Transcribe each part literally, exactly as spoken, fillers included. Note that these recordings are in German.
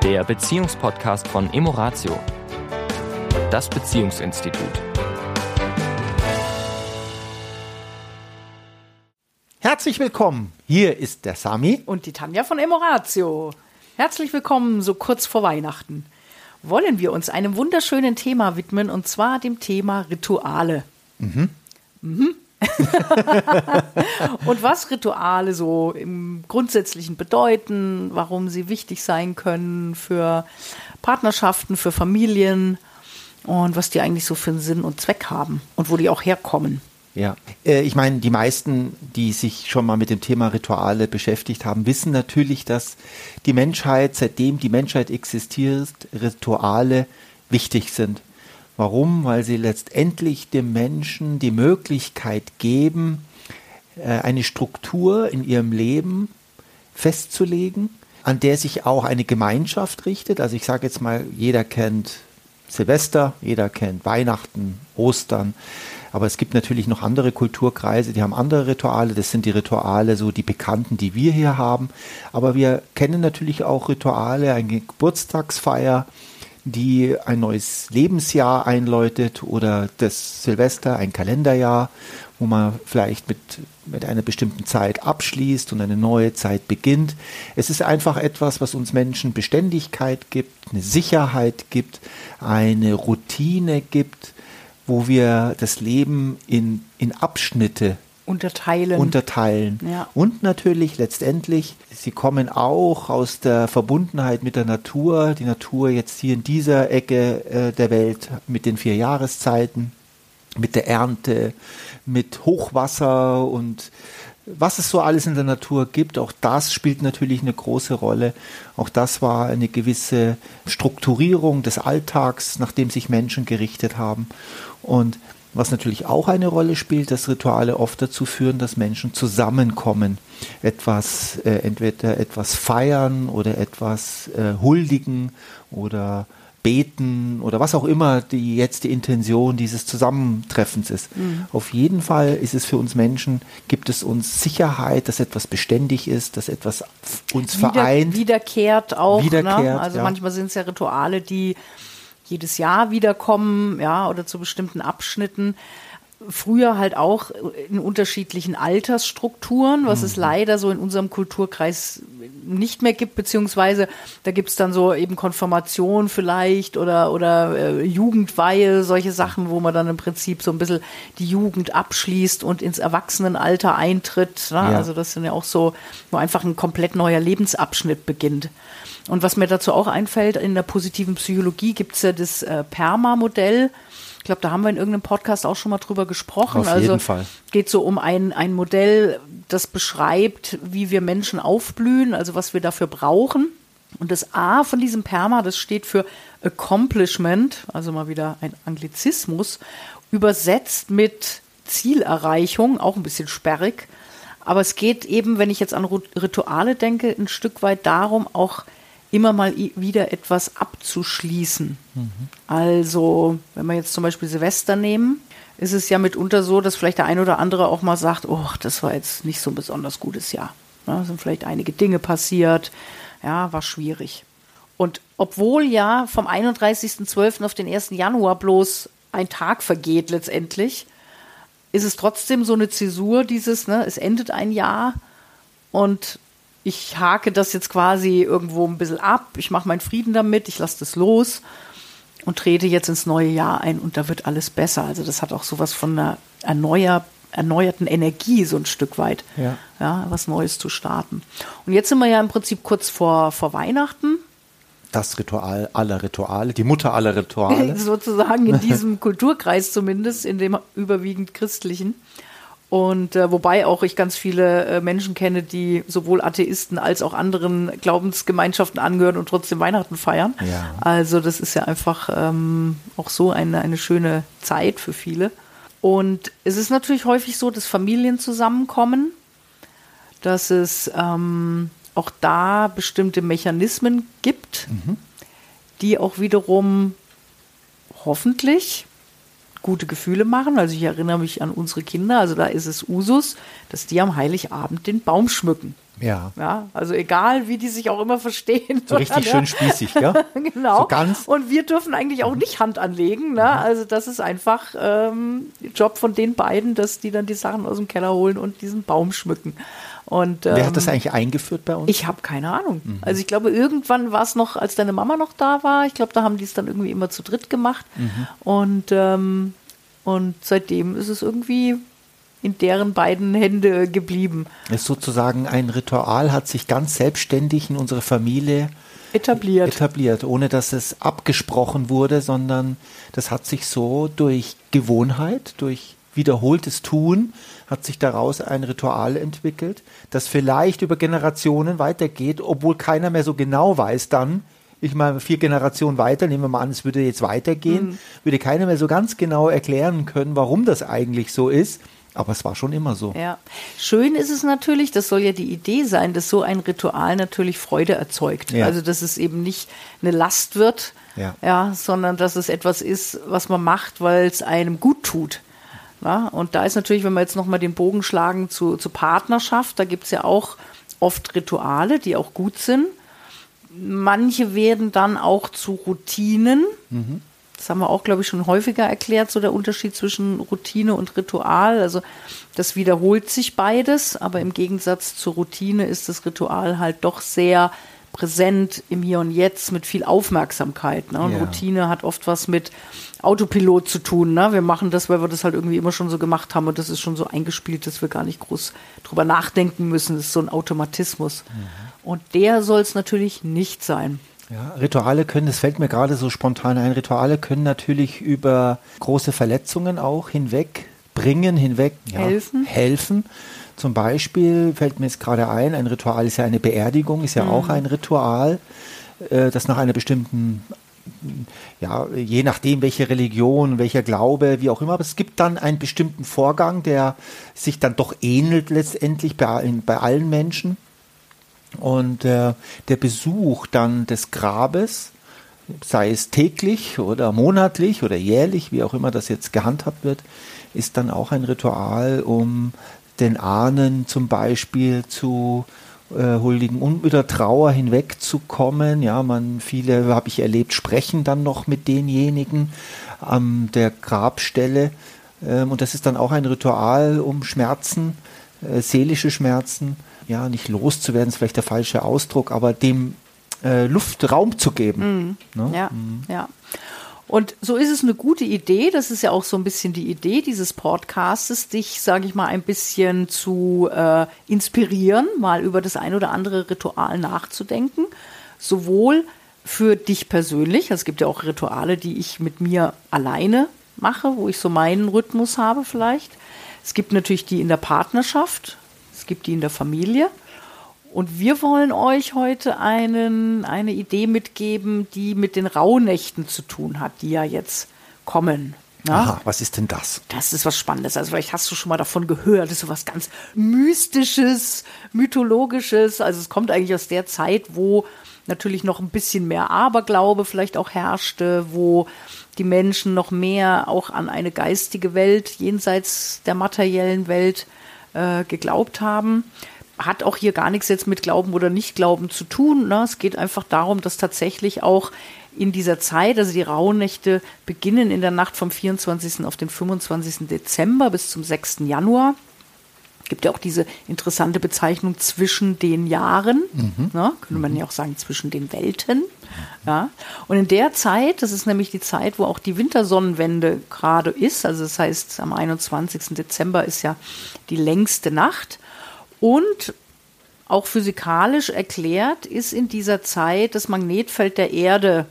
der Beziehungspodcast von Emoratio, das Beziehungsinstitut. Herzlich willkommen, hier ist der Sami und die Tanja von Emoratio. Herzlich willkommen, so kurz vor Weihnachten. Wollen wir uns einem wunderschönen Thema widmen, und zwar dem Thema Rituale. Mhm. Mhm. Und was Rituale so im Grundsätzlichen bedeuten, warum sie wichtig sein können für Partnerschaften, für Familien und was die eigentlich so für einen Sinn und Zweck haben und wo die auch herkommen. Ja, äh, ich meine, die meisten, die sich schon mal mit dem Thema Rituale beschäftigt haben, wissen natürlich, dass die Menschheit, seitdem die Menschheit existiert, Rituale wichtig sind. Warum? Weil sie letztendlich dem Menschen die Möglichkeit geben, eine Struktur in ihrem Leben festzulegen, an der sich auch eine Gemeinschaft richtet. Also ich sage jetzt mal, jeder kennt Silvester, jeder kennt Weihnachten, Ostern. Aber es gibt natürlich noch andere Kulturkreise, die haben andere Rituale. Das sind die Rituale, so die bekannten, die wir hier haben. Aber wir kennen natürlich auch Rituale, eine Geburtstagsfeier, die ein neues Lebensjahr einläutet, oder das Silvester, ein Kalenderjahr, wo man vielleicht mit, mit einer bestimmten Zeit abschließt und eine neue Zeit beginnt. Es ist einfach etwas, was uns Menschen Beständigkeit gibt, eine Sicherheit gibt, eine Routine gibt, wo wir das Leben in, in Abschnitte Unterteilen. Unterteilen. Ja. Und natürlich letztendlich, sie kommen auch aus der Verbundenheit mit der Natur. Die Natur jetzt hier in dieser Ecke äh, der Welt mit den vier Jahreszeiten, mit der Ernte, mit Hochwasser und was es so alles in der Natur gibt. Auch das spielt natürlich eine große Rolle. Auch das war eine gewisse Strukturierung des Alltags, nach dem sich Menschen gerichtet haben. Und was natürlich auch eine Rolle spielt, dass Rituale oft dazu führen, dass Menschen zusammenkommen, etwas, äh, entweder etwas feiern oder etwas äh, huldigen oder beten oder was auch immer die jetzt die Intention dieses Zusammentreffens ist. Mhm. Auf jeden Fall ist es für uns Menschen, gibt es uns Sicherheit, dass etwas beständig ist, dass etwas uns Wieder, vereint. Wiederkehrt auch. Wiederkehrt, ne? Also ja. Manchmal sind es ja Rituale, die jedes Jahr wiederkommen, ja, oder zu bestimmten Abschnitten. Früher halt auch in unterschiedlichen Altersstrukturen, was mhm. es leider so in unserem Kulturkreis nicht mehr gibt, beziehungsweise da gibt es dann so eben Konfirmation vielleicht oder, oder äh, Jugendweihe, solche Sachen, wo man dann im Prinzip so ein bisschen die Jugend abschließt und ins Erwachsenenalter eintritt. Ne? Ja. Also das sind ja auch so, wo einfach ein komplett neuer Lebensabschnitt beginnt. Und was mir dazu auch einfällt, in der positiven Psychologie gibt es ja das äh, PERMA-Modell. Ich glaube, da haben wir in irgendeinem Podcast auch schon mal drüber gesprochen. Auf also jeden Fall. Geht so um ein, ein Modell, das beschreibt, wie wir Menschen aufblühen, also was wir dafür brauchen. Und das A von diesem PERMA, das steht für Accomplishment, also mal wieder ein Anglizismus, übersetzt mit Zielerreichung, auch ein bisschen sperrig. Aber es geht eben, wenn ich jetzt an Rituale denke, ein Stück weit darum, auch immer mal wieder etwas abzuschließen. Mhm. Also, wenn wir jetzt zum Beispiel Silvester nehmen, ist es ja mitunter so, dass vielleicht der ein oder andere auch mal sagt, oh, das war jetzt nicht so ein besonders gutes Jahr. Da sind vielleicht einige Dinge passiert, ja, war schwierig. Und obwohl ja vom einunddreißigsten zwölften auf den ersten Januar bloß ein Tag vergeht letztendlich, ist es trotzdem so eine Zäsur dieses, ne, es endet ein Jahr und ich hake das jetzt quasi irgendwo ein bisschen ab, ich mache meinen Frieden damit, ich lasse das los und trete jetzt ins neue Jahr ein und da wird alles besser. Also das hat auch sowas von einer erneuer, erneuerten Energie so ein Stück weit, ja. Ja, was Neues zu starten. Und jetzt sind wir ja im Prinzip kurz vor, vor Weihnachten. Das Ritual aller Rituale, die Mutter aller Rituale. Sozusagen in diesem Kulturkreis zumindest, in dem überwiegend christlichen. Und äh, wobei auch ich ganz viele äh, Menschen kenne, die sowohl Atheisten als auch anderen Glaubensgemeinschaften angehören und trotzdem Weihnachten feiern. Ja. Also das ist ja einfach ähm, auch so eine, eine schöne Zeit für viele. Und es ist natürlich häufig so, dass Familien zusammenkommen, dass es ähm, auch da bestimmte Mechanismen gibt, mhm. die auch wiederum hoffentlich gute Gefühle machen. Also ich erinnere mich an unsere Kinder, also da ist es Usus, dass die am Heiligabend den Baum schmücken. Ja. Ja, also egal, wie die sich auch immer verstehen. So richtig schön spießig, ja? Genau. So ganz. Und wir dürfen eigentlich auch nicht Hand anlegen. Ne? Also das ist einfach ähm, Job von den beiden, dass die dann die Sachen aus dem Keller holen und diesen Baum schmücken. Und, ähm, wer hat das eigentlich eingeführt bei uns? Ich habe keine Ahnung. Mhm. Also ich glaube, irgendwann war es noch, als deine Mama noch da war. Ich glaube, da haben die es dann irgendwie immer zu dritt gemacht. Mhm. Und, ähm, und seitdem ist es irgendwie in deren beiden Hände geblieben. Es ist sozusagen ein Ritual, hat sich ganz selbstständig in unserer Familie etabliert. etabliert, ohne dass es abgesprochen wurde, sondern das hat sich so durch Gewohnheit, durch wiederholtes Tun, hat sich daraus ein Ritual entwickelt, das vielleicht über Generationen weitergeht, obwohl keiner mehr so genau weiß dann, ich meine, vier Generationen weiter, nehmen wir mal an, es würde jetzt weitergehen, mhm. würde keiner mehr so ganz genau erklären können, warum das eigentlich so ist. Aber es war schon immer so. Ja. Schön ist es natürlich, das soll ja die Idee sein, dass so ein Ritual natürlich Freude erzeugt. Ja. Also, dass es eben nicht eine Last wird, ja. Ja, sondern dass es etwas ist, was man macht, weil es einem gut tut. Ja, und da ist natürlich, wenn wir jetzt nochmal den Bogen schlagen zu, zu Partnerschaft, da gibt es ja auch oft Rituale, die auch gut sind. Manche werden dann auch zu Routinen. Mhm. Das haben wir auch, glaube ich, schon häufiger erklärt, so der Unterschied zwischen Routine und Ritual. Also das wiederholt sich beides, aber im Gegensatz zur Routine ist das Ritual halt doch sehr präsent im Hier und Jetzt mit viel Aufmerksamkeit. Ne? Und ja. Routine hat oft was mit Autopilot zu tun. Ne? Wir machen das, weil wir das halt irgendwie immer schon so gemacht haben und das ist schon so eingespielt, dass wir gar nicht groß drüber nachdenken müssen. Das ist so ein Automatismus. Mhm. Und der soll es natürlich nicht sein. Ja, Rituale können, das fällt mir gerade so spontan ein, Rituale können natürlich über große Verletzungen auch hinweg bringen, hinweg ja, helfen. helfen. Zum Beispiel fällt mir jetzt gerade ein, ein Ritual ist ja eine Beerdigung, ist ja mhm. auch ein Ritual, äh, das nach einer bestimmten, ja, je nachdem welche Religion, welcher Glaube, wie auch immer, aber es gibt dann einen bestimmten Vorgang, der sich dann doch ähnelt letztendlich bei, bei allen Menschen. Und äh, der Besuch dann des Grabes, sei es täglich oder monatlich oder jährlich, wie auch immer das jetzt gehandhabt wird, ist dann auch ein Ritual, um den Ahnen zum Beispiel zu äh, huldigen und mit der Trauer hinwegzukommen. Ja, man, viele, habe ich erlebt, sprechen dann noch mit denjenigen an der Grabstelle. Ähm, und das ist dann auch ein Ritual, um Schmerzen, äh, seelische Schmerzen, ja, nicht loszuwerden, ist vielleicht der falsche Ausdruck, aber dem äh, Luft, Raum zu geben. Mm, ne? Ja, mm. ja. Und so ist es eine gute Idee, das ist ja auch so ein bisschen die Idee dieses Podcastes, dich, sage ich mal, ein bisschen zu äh, inspirieren, mal über das ein oder andere Ritual nachzudenken, sowohl für dich persönlich, also es gibt ja auch Rituale, die ich mit mir alleine mache, wo ich so meinen Rhythmus habe vielleicht. Es gibt natürlich die in der Partnerschaft, es gibt die in der Familie. Und wir wollen euch heute einen, eine Idee mitgeben, die mit den Rauhnächten zu tun hat, die ja jetzt kommen. Ne? Aha, was ist denn das? Das ist was Spannendes. Also vielleicht hast du schon mal davon gehört. Das ist so was ganz Mystisches, Mythologisches. Also es kommt eigentlich aus der Zeit, wo natürlich noch ein bisschen mehr Aberglaube vielleicht auch herrschte, wo die Menschen noch mehr auch an eine geistige Welt jenseits der materiellen Welt äh, geglaubt haben. Hat auch hier gar nichts jetzt mit Glauben oder Nicht-Glauben zu tun. Ne? Es geht einfach darum, dass tatsächlich auch in dieser Zeit, also die Rauhnächte beginnen in der Nacht vom vierundzwanzigsten auf den fünfundzwanzigsten Dezember bis zum sechsten Januar. Es gibt ja auch diese interessante Bezeichnung zwischen den Jahren, mhm. ne? Könnte man ja auch sagen zwischen den Welten. Ja? Und in der Zeit, das ist nämlich die Zeit, wo auch die Wintersonnenwende gerade ist, also das heißt am einundzwanzigsten Dezember ist ja die längste Nacht. Und auch physikalisch erklärt ist in dieser Zeit das Magnetfeld der Erde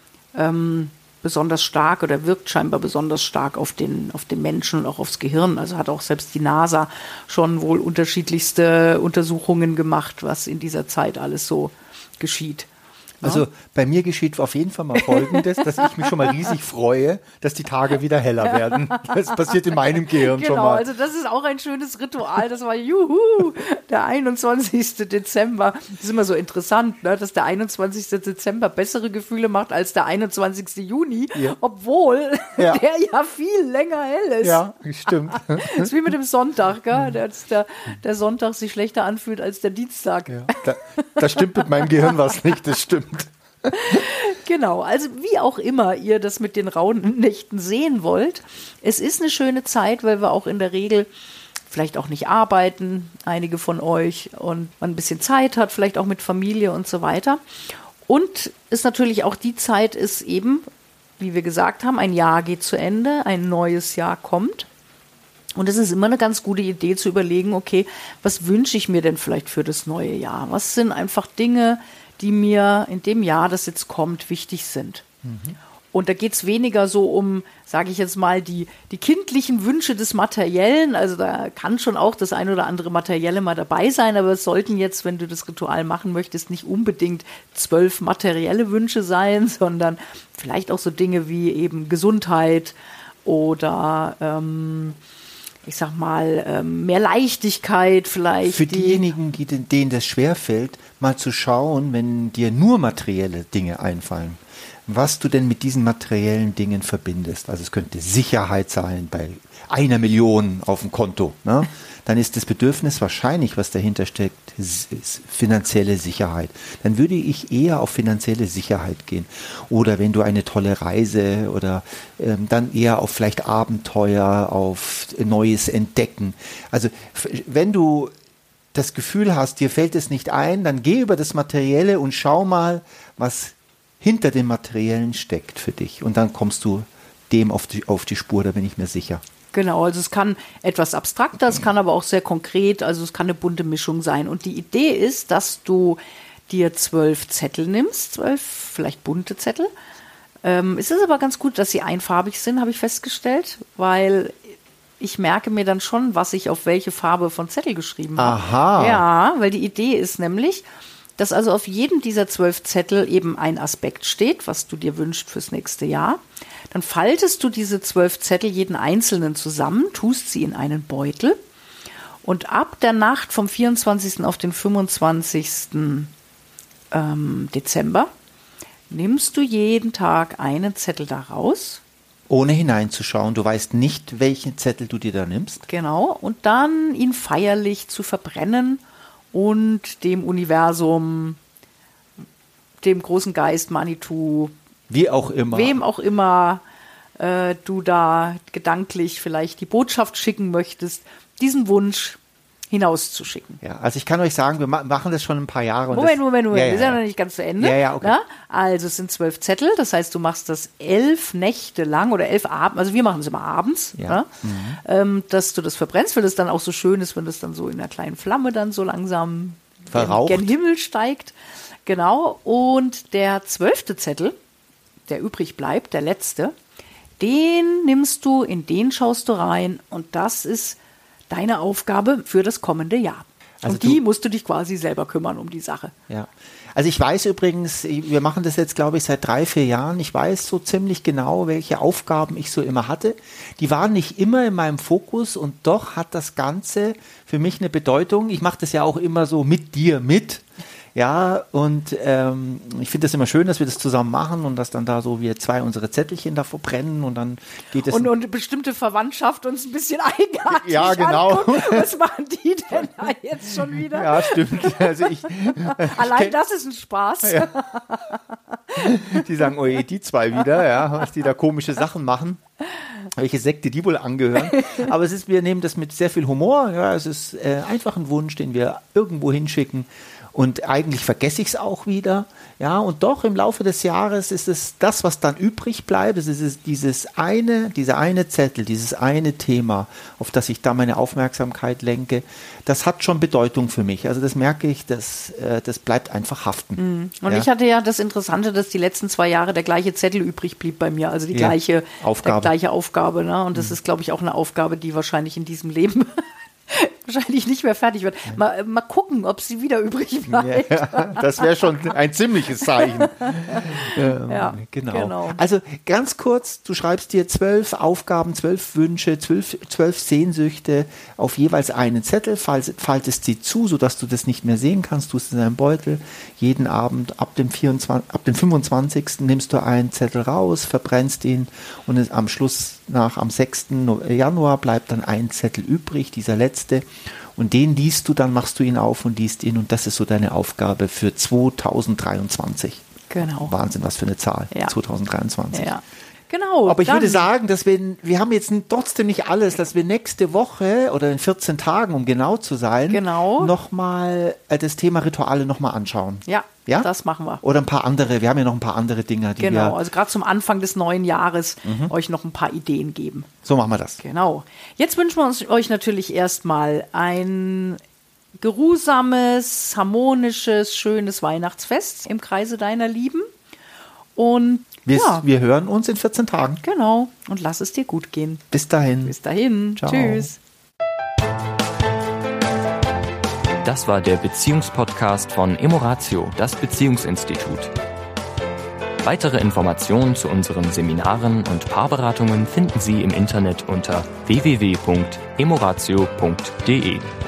ähm, besonders stark oder wirkt scheinbar besonders stark auf den, auf den Menschen und auch aufs Gehirn. Also hat auch selbst die NASA schon wohl unterschiedlichste Untersuchungen gemacht, was in dieser Zeit alles so geschieht. Also bei mir geschieht auf jeden Fall mal Folgendes, dass ich mich schon mal riesig freue, dass die Tage wieder heller werden. Das passiert in meinem Gehirn genau, schon mal. Also das ist auch ein schönes Ritual. Das war juhu, der einundzwanzigste Dezember. Das ist immer so interessant, ne, dass der einundzwanzigste Dezember bessere Gefühle macht als der einundzwanzigste Juni, ja. obwohl ja. der ja viel länger hell ist. Ja, stimmt. Das ist wie mit dem Sonntag, gell? Dass der, der Sonntag sich schlechter anfühlt als der Dienstag. Ja. Da, da stimmt mit meinem Gehirn was nicht, das stimmt. Genau, also wie auch immer ihr das mit den rauen Nächten sehen wollt, es ist eine schöne Zeit, weil wir auch in der Regel vielleicht auch nicht arbeiten, einige von euch, und man ein bisschen Zeit hat, vielleicht auch mit Familie und so weiter. Und es natürlich auch die Zeit ist eben, wie wir gesagt haben, ein Jahr geht zu Ende, ein neues Jahr kommt. Und es ist immer eine ganz gute Idee zu überlegen, okay, was wünsche ich mir denn vielleicht für das neue Jahr? Was sind einfach Dinge, die mir in dem Jahr, das jetzt kommt, wichtig sind? Mhm. Und da geht es weniger so um, sage ich jetzt mal, die, die kindlichen Wünsche des Materiellen. Also da kann schon auch das ein oder andere Materielle mal dabei sein, aber es sollten jetzt, wenn du das Ritual machen möchtest, nicht unbedingt zwölf materielle Wünsche sein, sondern vielleicht auch so Dinge wie eben Gesundheit oder ähm, ich sag mal, mehr Leichtigkeit vielleicht. Für diejenigen, die, denen das schwerfällt, mal zu schauen, wenn dir nur materielle Dinge einfallen, was du denn mit diesen materiellen Dingen verbindest. Also es könnte Sicherheit sein bei einer Million auf dem Konto, ne? Dann ist das Bedürfnis wahrscheinlich, was dahinter steckt, ist finanzielle Sicherheit. Dann würde ich eher auf finanzielle Sicherheit gehen. Oder wenn du eine tolle Reise oder ähm, dann eher auf vielleicht Abenteuer, auf Neues entdecken. Also wenn du das Gefühl hast, dir fällt es nicht ein, dann geh über das Materielle und schau mal, was hinter dem Materiellen steckt für dich. Und dann kommst du dem auf die, auf die Spur, da bin ich mir sicher. Genau, also es kann etwas abstrakter, es kann aber auch sehr konkret, also es kann eine bunte Mischung sein. Und die Idee ist, dass du dir zwölf Zettel nimmst, zwölf vielleicht bunte Zettel. Ähm, es ist aber ganz gut, dass sie einfarbig sind, habe ich festgestellt, weil ich merke mir dann schon, was ich auf welche Farbe von Zettel geschrieben habe. Aha. Ja, weil die Idee ist nämlich, dass also auf jedem dieser zwölf Zettel eben ein Aspekt steht, was du dir wünschst fürs nächste Jahr. Dann faltest du diese zwölf Zettel, jeden einzelnen zusammen, tust sie in einen Beutel und ab der Nacht vom vierundzwanzigsten auf den fünfundzwanzigsten Ähm, Dezember nimmst du jeden Tag einen Zettel da raus. Ohne hineinzuschauen, du weißt nicht, welchen Zettel du dir da nimmst. Genau, und dann ihn feierlich zu verbrennen und dem Universum, dem großen Geist, Manitou, wie auch immer, wem auch immer äh, du da gedanklich vielleicht die Botschaft schicken möchtest, diesen Wunsch hinauszuschicken. Ja, also ich kann euch sagen, wir ma- machen das schon ein paar Jahre. Und Moment, das, Moment, Moment, ja, wir ja, sind ja ja noch nicht ganz zu Ende. Ja, ja, okay. Ja? Also es sind zwölf Zettel, das heißt, du machst das elf Nächte lang oder elf Abend, also wir machen es immer abends, Ja. ja? Mhm. ähm, dass du das verbrennst, weil das dann auch so schön ist, wenn das dann so in einer kleinen Flamme dann so langsam Verraucht. gen Himmel steigt. Genau, und der zwölfte Zettel, der übrig bleibt, der letzte, den nimmst du, in den schaust du rein und das ist deine Aufgabe für das kommende Jahr. Also und die du- musst du dich quasi selber kümmern um die Sache. Ja. Also ich weiß übrigens, wir machen das jetzt, glaube ich, seit drei, vier Jahren. Ich weiß so ziemlich genau, welche Aufgaben ich so immer hatte. Die waren nicht immer in meinem Fokus und doch hat das Ganze für mich eine Bedeutung. Ich mache das ja auch immer so mit dir mit. Ja, und ähm, ich finde das immer schön, dass wir das zusammen machen und dass dann da so wir zwei unsere Zettelchen da verbrennen und dann geht es... Und, und bestimmte Verwandtschaft uns ein bisschen eigenartig Ja, genau. anguckt. Was machen die denn da jetzt schon wieder? ja, stimmt. Also ich, Allein das ist ein Spaß. Ja. Die sagen, oh je, die zwei wieder, ja, was die da komische Sachen machen. Welche Sekte die wohl angehören. Aber es ist, wir nehmen das mit sehr viel Humor. Ja, es ist äh, einfach ein Wunsch, den wir irgendwo hinschicken. Und eigentlich vergesse ich es auch wieder. Ja, und doch im Laufe des Jahres ist es das, was dann übrig bleibt. Es ist dieses eine, dieser eine Zettel, dieses eine Thema, auf das ich da meine Aufmerksamkeit lenke. Das hat schon Bedeutung für mich. Also das merke ich, das, äh, das bleibt einfach haften. Und ja. ich hatte ja das Interessante, dass die letzten zwei Jahre der gleiche Zettel übrig blieb bei mir. Also die Ja, gleiche Aufgabe. Der gleiche Aufgabe. Ne? Und das ist, glaube ich, auch eine Aufgabe, die wahrscheinlich in diesem Leben wahrscheinlich nicht mehr fertig wird. Mal, mal gucken, ob sie wieder übrig bleibt. Ja, das wäre schon ein ziemliches Zeichen. ähm, Ja, genau. genau. Also ganz kurz, du schreibst dir zwölf Aufgaben, zwölf Wünsche, zwölf, zwölf Sehnsüchte auf jeweils einen Zettel, faltest sie zu, sodass du das nicht mehr sehen kannst, tust es in deinen Beutel. Jeden Abend ab dem, vierundzwanzigsten, ab dem fünfundzwanzigsten nimmst du einen Zettel raus, verbrennst ihn und es, am Schluss nach am sechsten Januar bleibt dann ein Zettel übrig, dieser letzte. Und den liest du, dann machst du ihn auf und liest ihn und das ist so deine Aufgabe für zweitausenddreiundzwanzig. Genau. Wahnsinn, was für eine Zahl. Ja. zweitausenddreiundzwanzig. Ja. Genau. Aber ich dann, würde sagen, dass wir, wir haben jetzt trotzdem nicht alles, dass wir nächste Woche oder in vierzehn Tagen, um genau zu sein, Genau. nochmal äh, das Thema Rituale nochmal anschauen. Ja, Ja? das machen wir. Oder ein paar andere, wir haben ja noch ein paar andere Dinge, die Genau, wir, also gerade zum Anfang des neuen Jahres euch noch ein paar Ideen geben. so machen wir das. Genau. Jetzt wünschen wir uns, euch natürlich erstmal ein geruhsames, harmonisches, schönes Weihnachtsfest im Kreise deiner Lieben. Und Wir, ja, wir hören uns in vierzehn Tagen. genau. Und lass es dir gut gehen. Bis dahin. Bis dahin. Ciao. Tschüss. Das war der Beziehungspodcast von Emoratio, das Beziehungsinstitut. Weitere Informationen zu unseren Seminaren und Paarberatungen finden Sie im Internet unter w w w punkt emoratio punkt d e.